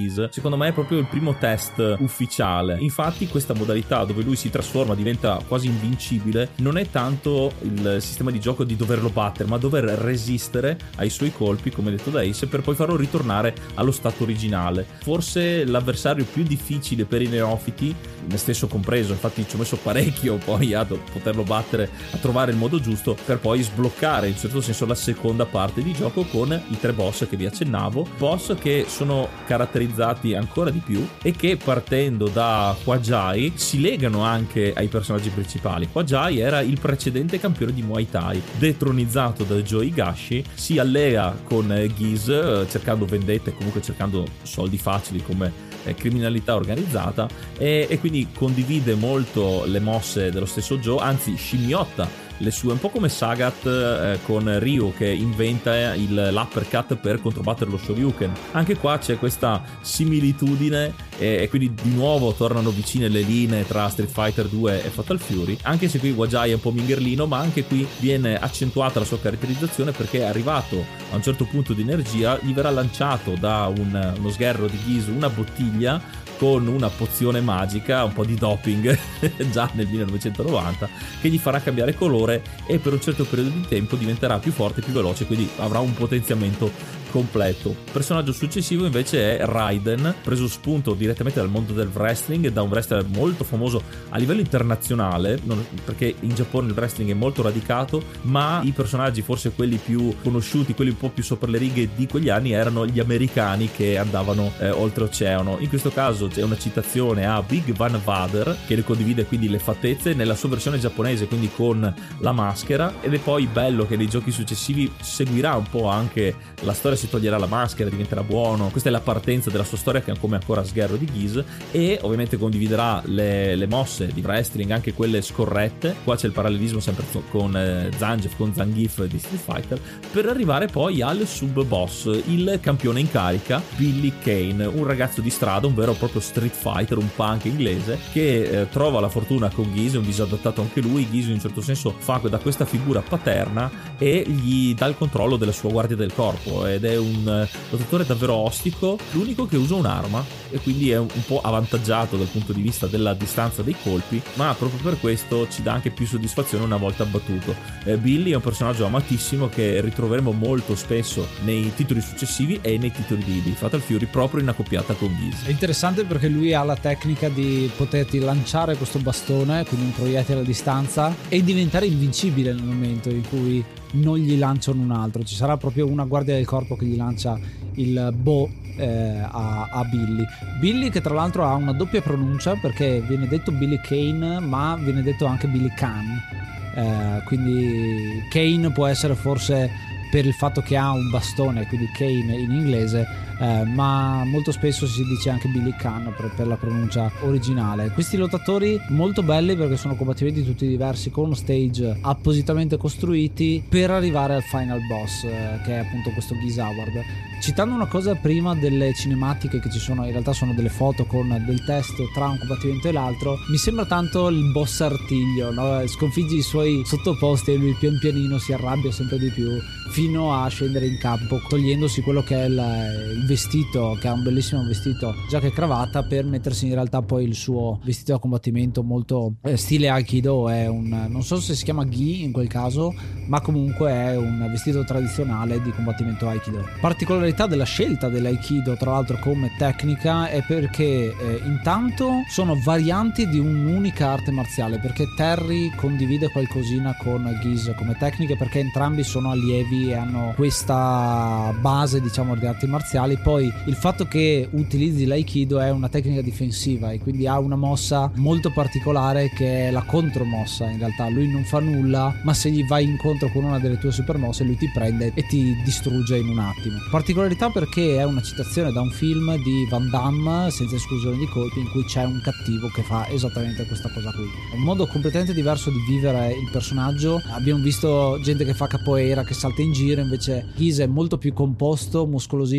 Geese, secondo me è proprio il primo test ufficiale. Infatti questa modalità dove lui si trasforma, diventa quasi invincibile, non è tanto il sistema di gioco di doverlo battere, ma dover resistere ai suoi colpi, come detto da Ace, per poi farlo ritornare allo stato originale. Forse l'avversario più difficile per i neofiti, me stesso compreso, infatti ci ho messo parecchio poi a poterlo battere, a trovare il modo giusto per poi sbloccare in certo senso la seconda parte di gioco con i tre boss che vi accennavo, boss che sono caratterizzati ancora di più e che partendo da Kwajai si legano anche ai personaggi principali. Kwajai era il precedente campione di Muay Thai, detronizzato da Joe Higashi, si allega con Geese cercando vendette, comunque cercando soldi facili come criminalità organizzata, e, e quindi condivide molto le mosse dello stesso Joe, anzi scimmiotta le sue, un po' come Sagat eh, con Ryu che inventa il, l'uppercut per controbattere lo Shoryuken. Anche qua c'è questa similitudine e, e quindi di nuovo tornano vicine le linee tra Street Fighter due e Fatal Fury, anche se qui Kwajai è un po' mingherlino, ma anche qui viene accentuata la sua caratterizzazione perché è arrivato a un certo punto di energia, gli verrà lanciato da un, uno sgherro di Geese una bottiglia con una pozione magica, un po' di doping già nel millenovecentonovanta, che gli farà cambiare colore e per un certo periodo di tempo diventerà più forte e più veloce, quindi avrà un potenziamento completo. Il personaggio successivo invece è Raiden, preso spunto direttamente dal mondo del wrestling, da un wrestler molto famoso a livello internazionale, non, perché in Giappone il wrestling è molto radicato, ma i personaggi forse quelli più conosciuti, quelli un po' più sopra le righe di quegli anni, erano gli americani che andavano eh, oltreoceano. In questo caso c'è una citazione a Big Van Vader, che ne condivide quindi le fattezze nella sua versione giapponese, quindi con la maschera, ed è poi bello che nei giochi successivi seguirà un po' anche la storia, si toglierà la maschera, diventerà buono. Questa è la partenza della sua storia, che è come ancora sgherro di Geese, e ovviamente condividerà le, le mosse di wrestling, anche quelle scorrette. Qua c'è il parallelismo sempre con eh, Zangief, con Zangief di Street Fighter, per arrivare poi al sub boss, il campione in carica Billy Kane, un ragazzo di strada, un vero e proprio Street Fighter, un punk inglese che eh, trova la fortuna con Geese, un disadattato anche lui. Geese in un certo senso fa da questa figura paterna e gli dà il controllo della sua guardia del corpo, ed è un lottatore davvero ostico, l'unico che usa un'arma e quindi è un, un po' avvantaggiato dal punto di vista della distanza dei colpi, ma proprio per questo ci dà anche più soddisfazione una volta abbattuto. eh, Billy è un personaggio amatissimo che ritroveremo molto spesso nei titoli successivi e nei titoli di, di Fatal Fury, proprio in accoppiata con Geese. È interessante perché lui ha la tecnica di poterti lanciare questo bastone, quindi un proiettile a distanza, e diventare invincibile nel momento in cui non gli lanciano un altro. Ci sarà proprio una guardia del corpo che gli lancia il bo eh, a, a Billy Billy che tra l'altro ha una doppia pronuncia, perché viene detto Billy Kane ma viene detto anche Billy Khan, eh, quindi Kane può essere forse per il fatto che ha un bastone, quindi Kane in inglese, eh, ma molto spesso si dice anche Billy Khan per, per la pronuncia originale. Questi lottatori molto belli perché sono combattimenti tutti diversi, con stage appositamente costruiti per arrivare al final boss, eh, che è appunto questo Geese Howard. Citando una cosa prima delle cinematiche che ci sono, in realtà sono delle foto con del testo tra un combattimento e l'altro, mi sembra tanto il boss artiglio, no? Sconfiggi i suoi sottoposti e lui pian pianino si arrabbia sempre di più fino a scendere in campo, togliendosi quello che è il, il vestito, che ha un bellissimo vestito giacca e cravatta, per mettersi in realtà poi il suo vestito da combattimento molto eh, stile Aikido. È un, non so se si chiama gi in quel caso, ma comunque è un vestito tradizionale di combattimento Aikido. Particolare della scelta dell'Aikido tra l'altro come tecnica è perché eh, intanto sono varianti di un'unica arte marziale, perché Terry condivide qualcosina con Geese come tecniche, perché entrambi sono allievi e hanno questa base diciamo di arti marziali. Poi il fatto che utilizzi l'Aikido è una tecnica difensiva e quindi ha una mossa molto particolare che è la contromossa. In realtà lui non fa nulla, ma se gli vai incontro con una delle tue supermosse lui ti prende e ti distrugge in un attimo. Particolare perché è una citazione da un film di Van Damme, Senza esclusione di colpi, in cui c'è un cattivo che fa esattamente questa cosa qui. È un modo completamente diverso di vivere il personaggio. Abbiamo visto gente che fa capoeira, che salta in giro, invece Geese è molto più composto, muscolosissimo, è proprio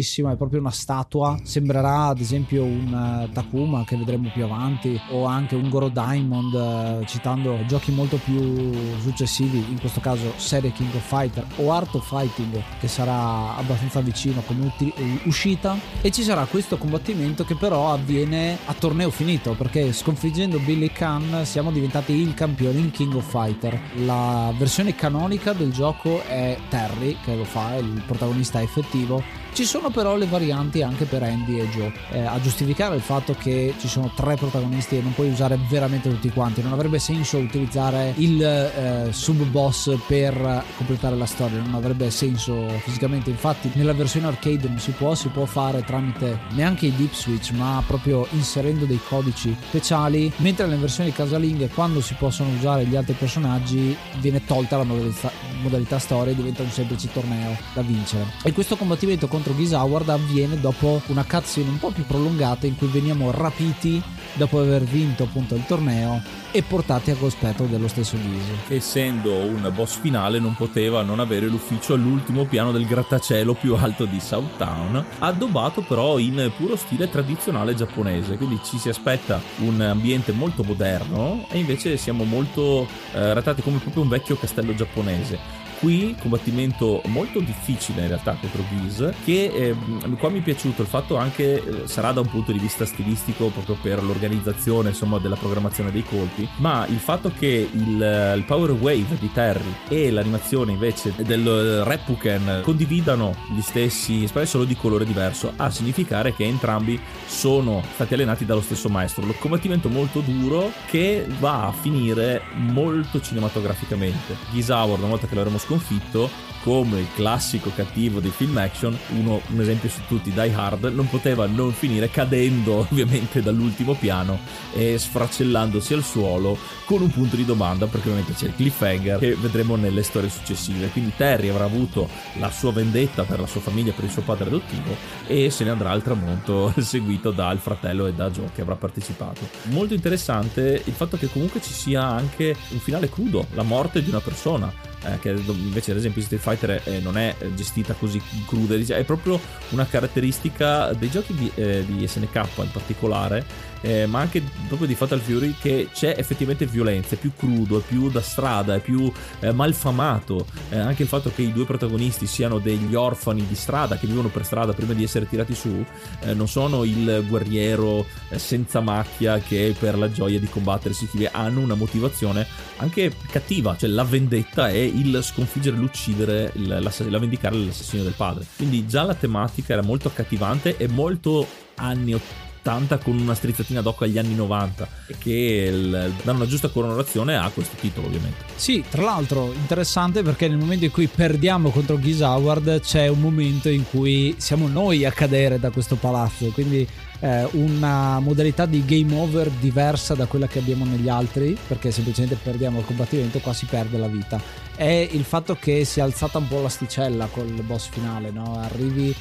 proprio una statua, sembrerà ad esempio un uh, Takuma che vedremo più avanti, o anche un Goro Diamond, uh, citando giochi molto più successivi, in questo caso serie King of Fighter o Art of Fighting, che sarà abbastanza vicino come uti- uscita. E ci sarà questo combattimento che però avviene a torneo finito, perché sconfiggendo Billy Khan siamo diventati il campione, il King of Fighter. La versione canonica del gioco è Terry che lo fa, è il protagonista effettivo. Ci sono però le varianti anche per Andy e Joe, eh, a giustificare il fatto che ci sono tre protagonisti e non puoi usare veramente tutti quanti. Non avrebbe senso utilizzare il eh, sub boss per completare la storia, non avrebbe senso fisicamente. Infatti nella versione arcade non si può, si può fare tramite neanche i dip switch, ma proprio inserendo dei codici speciali, mentre nelle versioni casalinghe, quando si possono usare gli altri personaggi, viene tolta la modalità, modalità storia e diventa un semplice torneo da vincere. E questo combattimento contro Geese Howard avviene dopo una cutscene un po' più prolungata in cui veniamo rapiti dopo aver vinto appunto il torneo e portati a cospetto dello stesso Geese. Essendo un boss finale non poteva non avere l'ufficio all'ultimo piano del grattacielo più alto di South Town, addobbato però in puro stile tradizionale giapponese, quindi ci si aspetta un ambiente molto moderno e invece siamo molto eh, trattati come proprio un vecchio castello giapponese. Qui combattimento molto difficile in realtà contro Geese, che eh, qua mi è piaciuto il fatto anche, eh, sarà da un punto di vista stilistico proprio per l'organizzazione insomma della programmazione dei colpi, ma il fatto che il, il Power Wave di Terry e l'animazione invece del Reppuken condividano gli stessi spray solo di colore diverso, a significare che entrambi sono stati allenati dallo stesso maestro. Lo combattimento molto duro che va a finire molto cinematograficamente. Geese Howard, una volta che l'avremo sconfitto, come il classico cattivo dei film action, uno, un esempio su tutti, Die Hard, non poteva non finire cadendo ovviamente dall'ultimo piano e sfracellandosi al suolo con un punto di domanda, perché ovviamente c'è il cliffhanger che vedremo nelle storie successive. Quindi Terry avrà avuto la sua vendetta per la sua famiglia, per il suo padre adottivo, e se ne andrà al tramonto seguito dal fratello e da Joe che avrà partecipato. Molto interessante il fatto che comunque ci sia anche un finale crudo, la morte di una persona, Eh, che invece ad esempio Street Fighter eh, non è gestita così cruda, è proprio una caratteristica dei giochi di, eh, di S N K in particolare, eh, ma anche proprio di Fatal Fury, che c'è effettivamente violenza, è più crudo, è più da strada, è più eh, malfamato, eh, anche il fatto che i due protagonisti siano degli orfani di strada che vivono per strada prima di essere tirati su, eh, non sono il guerriero eh, senza macchia che per la gioia di combattere si scrive, hanno una motivazione anche cattiva, cioè la vendetta è il sconfiggere, l'uccidere, la, la vendicare l'assassino del padre. Quindi già la tematica era molto accattivante e molto anni ottanta, con una strizzatina d'occhio agli anni novanta, che il, dà una giusta coronazione a questo titolo ovviamente. Sì, tra l'altro interessante perché nel momento in cui perdiamo contro Geese Howard c'è un momento in cui siamo noi a cadere da questo palazzo, quindi eh, una modalità di game over diversa da quella che abbiamo negli altri, perché semplicemente perdiamo il combattimento, qua si perde la vita. È il fatto che si è alzata un po' l'asticella col boss finale, no? Arrivi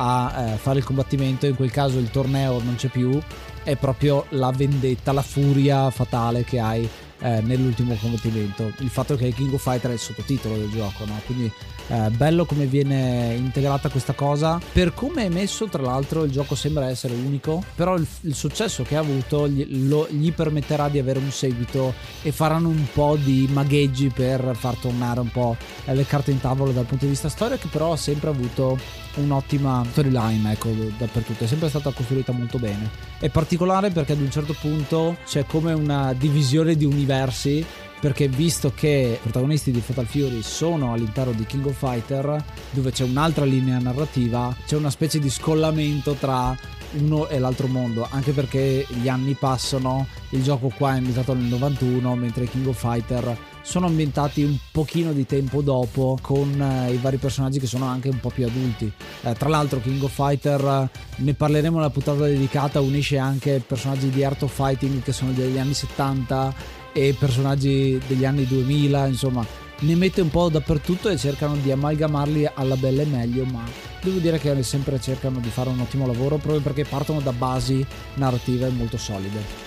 a eh, fare il combattimento, in quel caso il torneo non c'è più, è proprio la vendetta, la furia fatale che hai eh, nell'ultimo combattimento. Il fatto che il King of Fighter è il sottotitolo del gioco, no? Quindi eh, bello come viene integrata questa cosa. Per come è messo, tra l'altro, il gioco sembra essere unico, però il, il successo che ha avuto gli, lo, gli permetterà di avere un seguito e faranno un po' di magheggi per far tornare un po' le carte in tavola dal punto di vista storia, che però ha sempre avuto un'ottima storyline, ecco, dappertutto, è sempre stata costruita molto bene. È particolare perché ad un certo punto c'è come una divisione di universi, perché visto che i protagonisti di Fatal Fury sono all'interno di King of Fighter, dove c'è un'altra linea narrativa, c'è una specie di scollamento tra uno e l'altro mondo, anche perché gli anni passano, il gioco qua è ambientato nel novantuno, mentre King of Fighter sono ambientati un pochino di tempo dopo, con eh, i vari personaggi che sono anche un po' più adulti. Eh, tra l'altro King of Fighter, ne parleremo nella puntata dedicata, unisce anche personaggi di Art of Fighting che sono degli anni settanta e personaggi degli anni duemila, insomma ne mette un po' dappertutto e cercano di amalgamarli alla bella e meglio, ma devo dire che sempre cercano di fare un ottimo lavoro, proprio perché partono da basi narrative molto solide.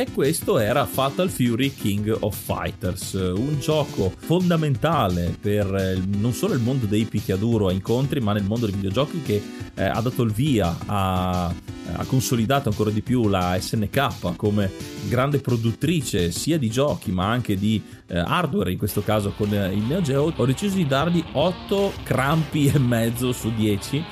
E questo era Fatal Fury King of Fighters, un gioco fondamentale per non solo il mondo dei picchiaduro a incontri, ma nel mondo dei videogiochi, che eh, ha dato il via a, ha consolidato ancora di più la S N K come grande produttrice sia di giochi ma anche di eh, hardware, in questo caso con eh, il Neo Geo. Ho deciso di dargli otto crampi e mezzo su dieci,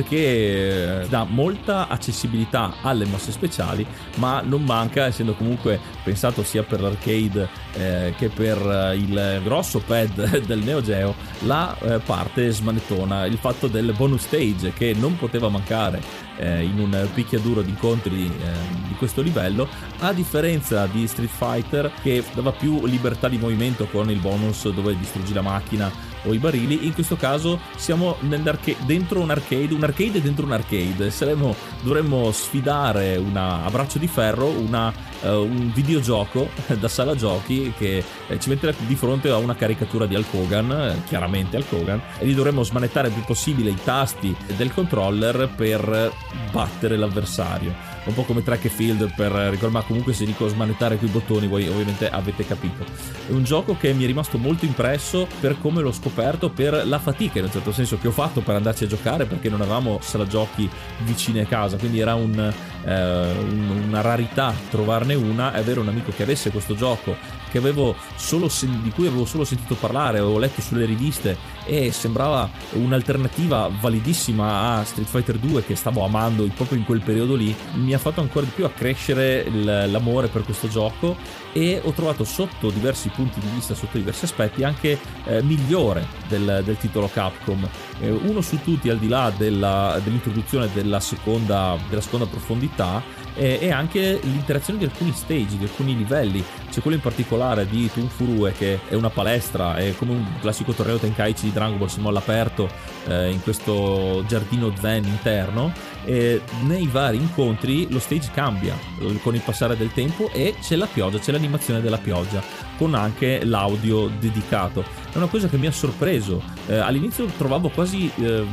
perché eh, dà molta accessibilità alle mosse speciali, ma non manca, essendo comunque pensato sia per l'arcade eh, che per eh, il grosso pad del Neo Geo, la eh, parte smanettona, il fatto del bonus stage che non poteva mancare eh, in un picchiaduro di incontri eh, di questo livello, a differenza di Street Fighter che dava più libertà di movimento con il bonus dove distruggi la macchina o i barili. In questo caso siamo dentro un arcade, un arcade dentro un arcade. Saremo, dovremmo sfidare una, a braccio di ferro una, uh, un videogioco da sala giochi che eh, ci metterà di fronte a una caricatura di Hulk Hogan, eh, chiaramente Hulk Hogan, e lì dovremmo smanettare il più possibile i tasti del controller per battere l'avversario. Un po' come track e field per ricordare, ma comunque se dico smanettare quei bottoni voi ovviamente avete capito. È un gioco che mi è rimasto molto impresso per come l'ho scoperto, per la fatica in un certo senso che ho fatto per andarci a giocare, perché non avevamo sala giochi vicine a casa, quindi era un, eh, un, una rarità trovarne una e avere un amico che avesse questo gioco che avevo solo sen- di cui avevo solo sentito parlare, avevo letto sulle riviste e sembrava un'alternativa validissima a Street Fighter due che stavo amando proprio in quel periodo lì. Mi ha fatto ancora di più accrescere il, l'amore per questo gioco, e ho trovato sotto diversi punti di vista, sotto diversi aspetti, anche eh, migliore del, del titolo Capcom. Eh, uno su tutti, al di là della, dell'introduzione della seconda, della seconda profondità, e, e anche l'interazione di alcuni stage, di alcuni livelli. C'è quello in particolare di Tunfurue che è una palestra, è come un classico torneo Tenkaichi di Dragon Ball, siamo all'aperto eh, in questo giardino zen interno, e nei vari incontri lo stage cambia con il passare del tempo e c'è la pioggia, c'è l'animazione della pioggia con anche l'audio dedicato. È una cosa che mi ha sorpreso. Eh, all'inizio trovavo quasi eh,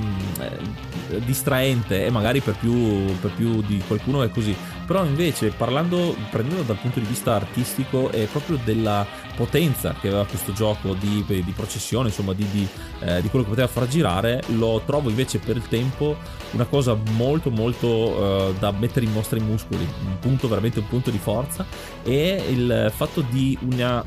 distraente, e magari per più, per più di qualcuno è così, però invece parlando, prendendo dal punto di vista artistico, è proprio della potenza che aveva questo gioco di, di processione, insomma di, di, eh, di quello che poteva far girare, lo trovo invece per il tempo una cosa molto molto eh, da mettere in mostra i muscoli, un punto, veramente un punto di forza, e il fatto di una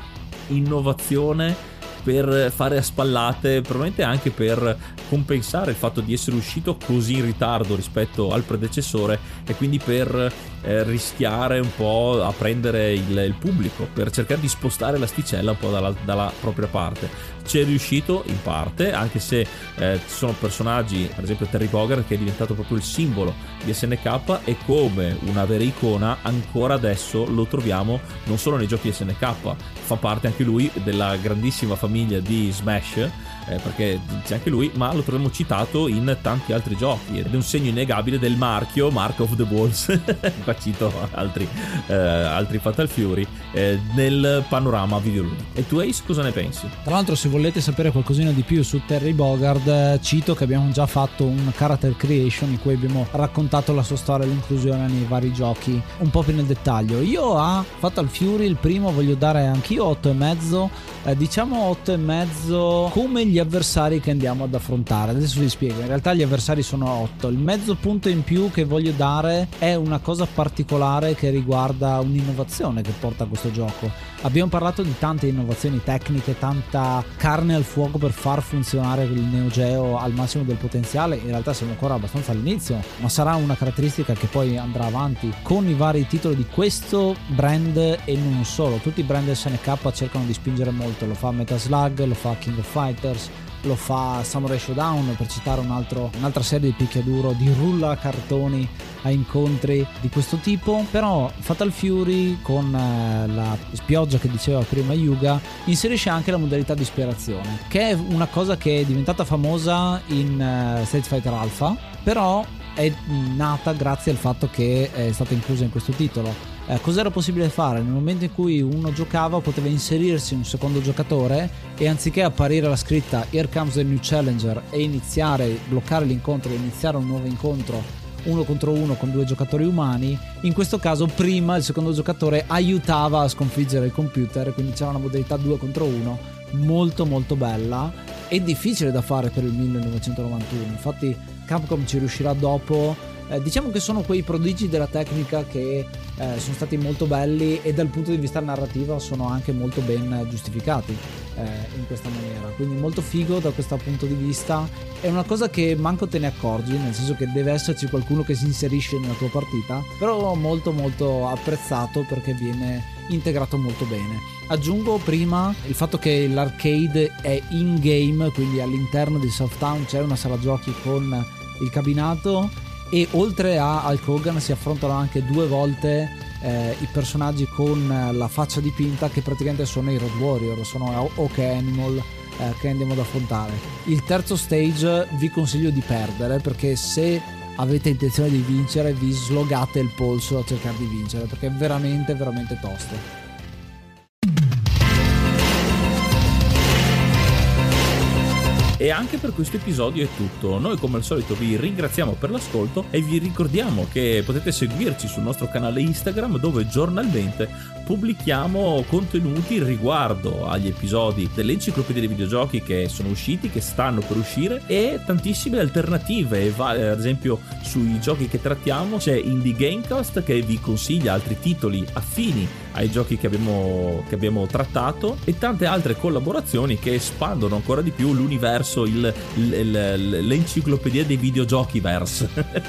innovazione per fare a spallate, probabilmente anche per compensare il fatto di essere uscito così in ritardo rispetto al predecessore, e quindi per eh, rischiare un po' a prendere il, il pubblico, per cercare di spostare l'asticella un po' dalla, dalla propria parte. Ci è riuscito in parte, anche se eh, ci sono personaggi, per esempio Terry Bogard, che è diventato proprio il simbolo di S N K, e come una vera icona ancora adesso lo troviamo non solo nei giochi S N K, fa parte anche lui della grandissima famiglia di Smash, eh, perché c'è anche lui, ma lo troviamo citato in tanti altri giochi ed è un segno innegabile del marchio Mark of the Balls qua cito altri, eh, altri Fatal Fury eh, nel panorama videoludico. E tu, Ace, cosa ne pensi? Tra l'altro, se volete sapere qualcosina di più su Terry Bogard, cito che abbiamo già fatto un character creation in cui abbiamo raccontato la sua storia e l'inclusione nei vari giochi un po' più nel dettaglio. Io a Fatal Fury, il primo, voglio dare anch'io otto e mezzo, eh, diciamo otto e mezzo come gli avversari che andiamo ad affrontare. Adesso vi spiego. In realtà gli avversari sono otto. Il mezzo punto in più che voglio dare è una cosa particolare che riguarda un'innovazione che porta a questo gioco. Abbiamo parlato di tante innovazioni tecniche, tanta carne al fuoco per far funzionare il Neo Geo al massimo del potenziale. In realtà siamo ancora abbastanza all'inizio, ma sarà una caratteristica che poi andrà avanti con i vari titoli di questo brand, e non solo. Tutti i brand S N K cercano di spingere molto. Lo fa Metal Slug, lo fa King of Fighters, lo fa Samurai Showdown, per citare un altro, un'altra serie di picchiaduro, di rulla cartoni a incontri di questo tipo. Però Fatal Fury, con eh, la spioggia che diceva prima Yuga, inserisce anche la modalità di ispirazione, che è una cosa che è diventata famosa in uh, Street Fighter Alpha, però è nata grazie al fatto che è stata inclusa in questo titolo. Eh, cos'era possibile fare? Nel momento in cui uno giocava poteva inserirsi un secondo giocatore, e anziché apparire la scritta Here comes the new challenger e iniziare, bloccare l'incontro e iniziare un nuovo incontro uno contro uno con due giocatori umani. In questo caso prima il secondo giocatore aiutava a sconfiggere il computer, quindi c'era una modalità due contro uno molto molto bella e difficile da fare per il millenovecentonovantuno. Infatti Capcom ci riuscirà dopo. Eh, diciamo che sono quei prodigi della tecnica che eh, sono stati molto belli e dal punto di vista narrativo sono anche molto ben giustificati eh, in questa maniera, quindi molto figo da questo punto di vista. È una cosa che manco te ne accorgi, nel senso che deve esserci qualcuno che si inserisce nella tua partita, però molto molto apprezzato perché viene integrato molto bene. Aggiungo prima il fatto che l'arcade è in game, quindi all'interno di Southtown c'è una sala giochi con il cabinato, e oltre a Hulk Hogan si affrontano anche due volte eh, i personaggi con la faccia dipinta, che praticamente sono i Road Warrior, sono OK Animal eh, che andiamo ad affrontare. Il terzo stage vi consiglio di perdere, perché se avete intenzione di vincere vi slogate il polso a cercare di vincere, perché è veramente veramente tosto. E anche per questo episodio è tutto. Noi come al solito vi ringraziamo per l'ascolto e vi ricordiamo che potete seguirci sul nostro canale Instagram, dove giornalmente pubblichiamo contenuti riguardo agli episodi dell'Enciclopedia dei Videogiochi che sono usciti, che stanno per uscire, e tantissime alternative. Ad esempio sui giochi che trattiamo c'è Indie Gamecast che vi consiglia altri titoli affini ai giochi che abbiamo, che abbiamo trattato, e tante altre collaborazioni che espandono ancora di più l'universo, il, il, il, l'enciclopedia dei videogiochi verse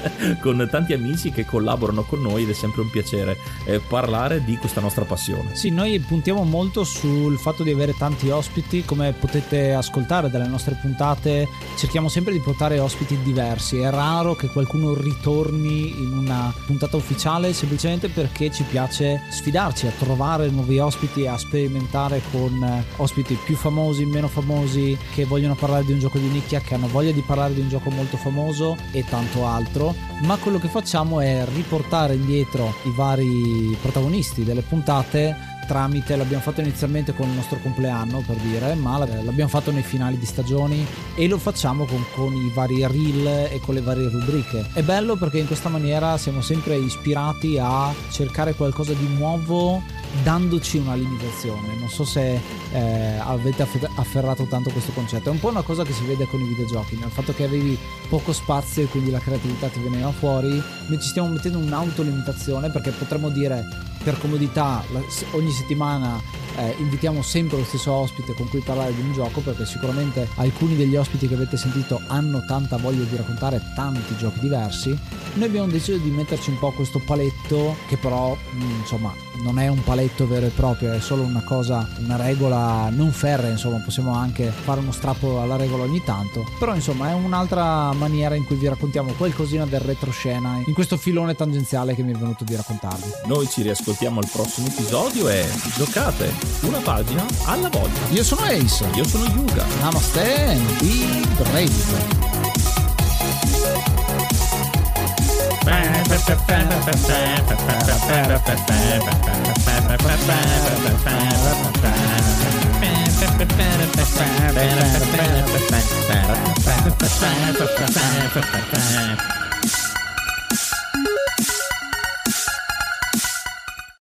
con tanti amici che collaborano con noi, ed è sempre un piacere eh, parlare di questa nostra passione. Sì, noi puntiamo molto sul fatto di avere tanti ospiti. Come potete ascoltare dalle nostre puntate, cerchiamo sempre di portare ospiti diversi. È raro che qualcuno ritorni in una puntata ufficiale, semplicemente perché ci piace sfidarci a trovare nuovi ospiti e a sperimentare con ospiti più famosi, meno famosi, che vogliono parlare di un gioco di nicchia, che hanno voglia di parlare di un gioco molto famoso e tanto altro. Ma quello che facciamo è riportare indietro i vari protagonisti delle puntate tramite, l'abbiamo fatto inizialmente con il nostro compleanno, per dire, ma l'abbiamo fatto nei finali di stagioni, e lo facciamo con, con i vari reel e con le varie rubriche. È bello perché in questa maniera siamo sempre ispirati a cercare qualcosa di nuovo, dandoci una limitazione. Non so se eh, avete afferrato tanto questo concetto. È un po' una cosa che si vede con i videogiochi, nel fatto che avevi poco spazio e quindi la creatività ti veniva fuori. Noi ci stiamo mettendo un'autolimitazione, perché potremmo dire, per comodità, ogni settimana eh, invitiamo sempre lo stesso ospite con cui parlare di un gioco, perché sicuramente alcuni degli ospiti che avete sentito hanno tanta voglia di raccontare tanti giochi diversi. Noi abbiamo deciso di metterci un po' questo paletto, che però mh, insomma non è un paletto vero e proprio, è solo una cosa, una regola non ferrea, insomma possiamo anche fare uno strappo alla regola ogni tanto, però insomma è un'altra maniera in cui vi raccontiamo qualcosina del retroscena in questo filone tangenziale che mi è venuto di raccontarvi. Noi ci riascoltiamo al prossimo episodio e giocate una pagina alla volta. Io sono Ace. Io sono Yuga. Namaste and be brave.